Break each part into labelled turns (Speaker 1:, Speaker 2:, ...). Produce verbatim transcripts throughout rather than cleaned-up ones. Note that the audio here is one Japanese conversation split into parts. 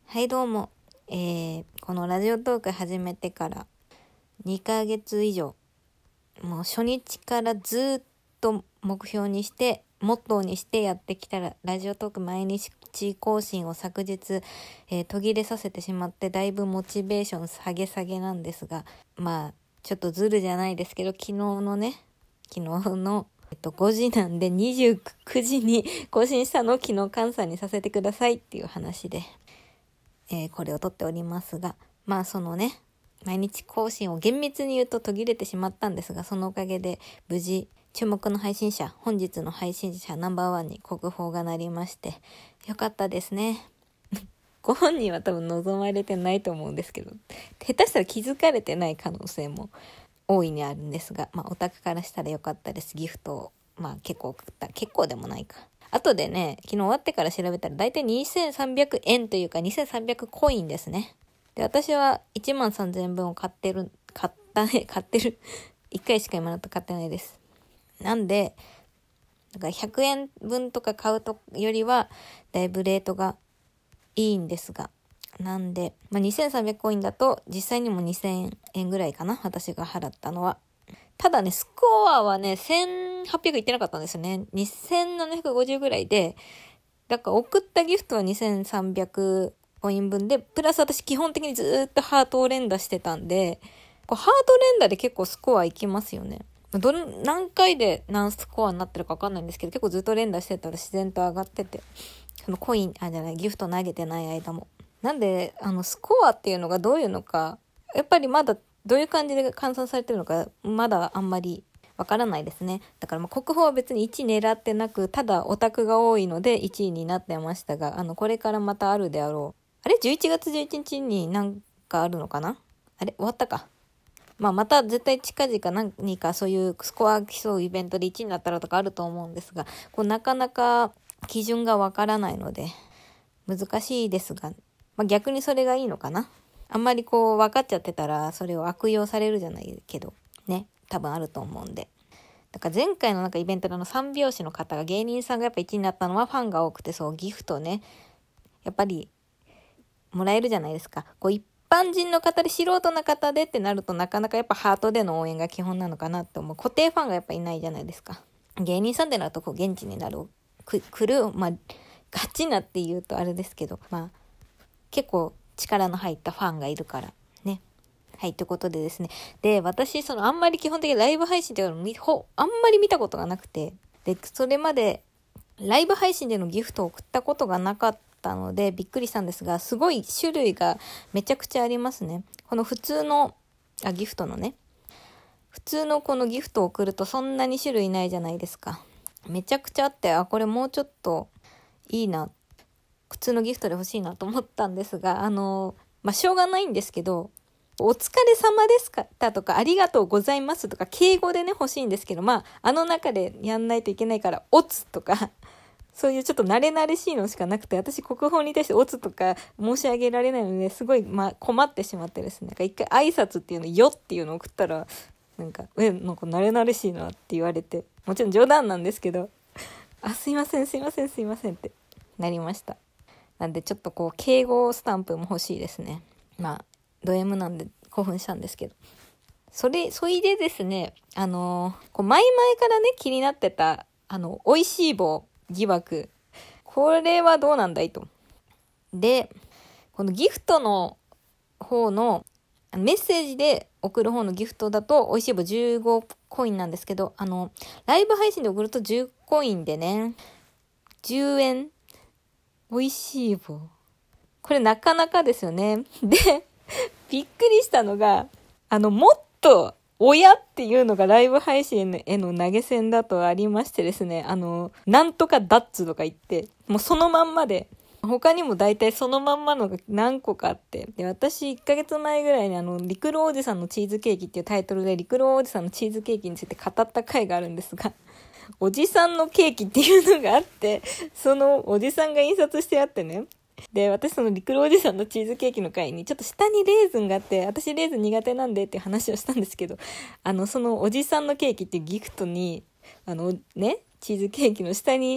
Speaker 1: はいどうも、えー、このラジオトーク始めてからにかげつ以上、もう初日からずっと目標にしてモットーにしてやってきたらラジオトーク毎日更新を昨日、えー、途切れさせてしまってだいぶモチベーション下げ下げなんですが、まあちょっとズルじゃないですけど昨日のね昨日のえっと、ごじなんでにじゅうくじに更新したのを昨日換算にさせてくださいっていう話で、えー、これを撮っておりますが、まあそのね毎日更新を厳密に言うと途切れてしまったんですが、そのおかげで無事注目の配信者、本日の配信者ナンバーワンに国宝がなりましてよかったですね。ご本人は多分望まれてないと思うんですけど、下手したら気づかれてない可能性も大いにあるんですが、まあオタクからしたらよかったです。ギフトをまあ結構送った、結構でもないか。後でね、昨日終わってから調べたらだいたいにせんさんびゃくえんというかにせんさんびゃくコインですね。で、私はいちまんさんぜんぶんを買ってる、買ったね、買ってる。いっかいしか今のと買ってないです。なんで、だからひゃくえんぶんとか買うとよりはだいぶレートがいいんですが、なんで、まあ、にせんさんびゃくコインだと実際にもにせんえんぐらいかな、私が払ったのは。ただね、スコアはね、せんはっぴゃくいってなかったんですよね。にせんななひゃくごじゅうぐらいで、だから送ったギフトはにせんさんびゃくコイン分で、プラス私基本的にずーっとハートを連打してたんで、こうハート連打で結構スコアいきますよね。どん何回で何スコアになってるか分かんないんですけど、結構ずっと連打してたら自然と上がってて、そのコイン、あ、じゃない、ギフト投げてない間も。なんで、あの、スコアっていうのがどういうのか、やっぱりまだどういう感じで換算されてるのか、まだあんまりわからないですね。だからまあ国宝は別にいち狙ってなく、ただオタクが多いのでいちいになってましたが、あの、これからまたあるであろう。あれ ?じゅういちがつじゅういちにちになんかあるのかな。あれ終わったか。まあまた絶対近々何かそういうスコア競うイベントでいちいになったらとかあると思うんですが、こうなかなか基準がわからないので難しいですが、まあ、逆にそれがいいのかな。あんまりこう分かっちゃってたらそれを悪用されるじゃないけどね、多分あると思うんで。だから前回のなんかイベントでの三拍子の方が芸人さんがやっぱいちいになったのはファンが多くて、そうギフトねやっぱりもらえるじゃないですか。こう一般人の方で素人な方でってなるとなかなかやっぱハートでの応援が基本なのかなって思う。固定ファンがやっぱいないじゃないですか。芸人さんでなるとこう現地になるく来るまあガチなって言うとあれですけど、まあ結構力の入ったファンがいるからね。はい、ということでですね。で、私、そのあんまり基本的にライブ配信というのをあんまり見たことがなくて、で、それまでライブ配信でのギフトを送ったことがなかったのでびっくりしたんですが、すごい種類がめちゃくちゃありますね。この普通の、あ、ギフトのね。普通のこのギフトを送るとそんなに種類ないじゃないですか。めちゃくちゃあって、あ、これもうちょっといいな。普通のギフトで欲しいなと思ったんですが、あの、まあ、しょうがないんですけど、お疲れ様ですかとか、ありがとうございますとか、敬語でね、欲しいんですけど、まあ、あの中でやんないといけないから、おつとか、そういうちょっと慣れ慣れしいのしかなくて、私国宝に対しておつとか申し上げられないので、すごい、まあ、困ってしまってですね、なんか一回挨拶っていうの、よっていうのを送ったら、なんか、え、なんか慣れ慣れしいなって言われて、もちろん冗談なんですけど、あ、すいません、すいません、すいませんってなりました。なんでちょっとこう敬語スタンプも欲しいですね。まあド M なんで興奮したんですけど、それそれでですね、あのー、こう前々からね気になってたあの美味しい棒疑惑、これはどうなんだいと。で、このギフトの方のメッセージで送る方のギフトだと美味しい棒じゅうごコインなんですけど、あのライブ配信で送るとじゅうコインでねじゅうえん。美味しい棒。これなかなかですよね。で、びっくりしたのが、あの、もっと親っていうのがライブ配信への投げ銭だとありましてですね、あの、なんとかダッツとか言って、もうそのまんまで、他にも大体そのまんまのが何個かあって、で、私いっかげつまえぐらいにあの、リクルおじさんのチーズケーキっていうタイトルで、リクルおじさんのチーズケーキについて語った回があるんですが、おじさんのケーキっていうのがあって、そのおじさんが印刷してあってね。で、私そのリクルおじさんのチーズケーキの回にちょっと下にレーズンがあって、私レーズン苦手なんでっていう話をしたんですけど、あのそのおじさんのケーキっていうギフトに、あのね、チーズケーキの下に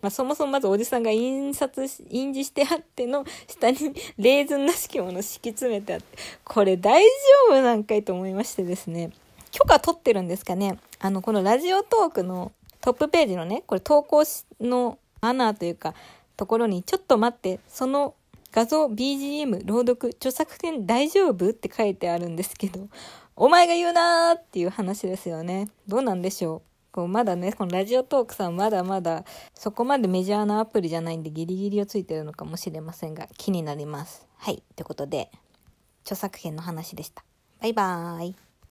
Speaker 1: まあ、そもそもまずおじさんが印刷し、印字してあっての下にレーズンらしきもの敷き詰めてあって、これ大丈夫なんかいと思いましてですね、許可取ってるんですかね。あの、このラジオトークのトップページのね、これ投稿のバナーというか、ところに、ちょっと待って、その画像、ビージーエム、朗読、著作権大丈夫って書いてあるんですけど、お前が言うなーっていう話ですよね。どうなんでしょう。こうまだね、このラジオトークさんまだまだそこまでメジャーなアプリじゃないんでギリギリをついてるのかもしれませんが、気になります。はい。ということで、著作権の話でした。バイバーイ。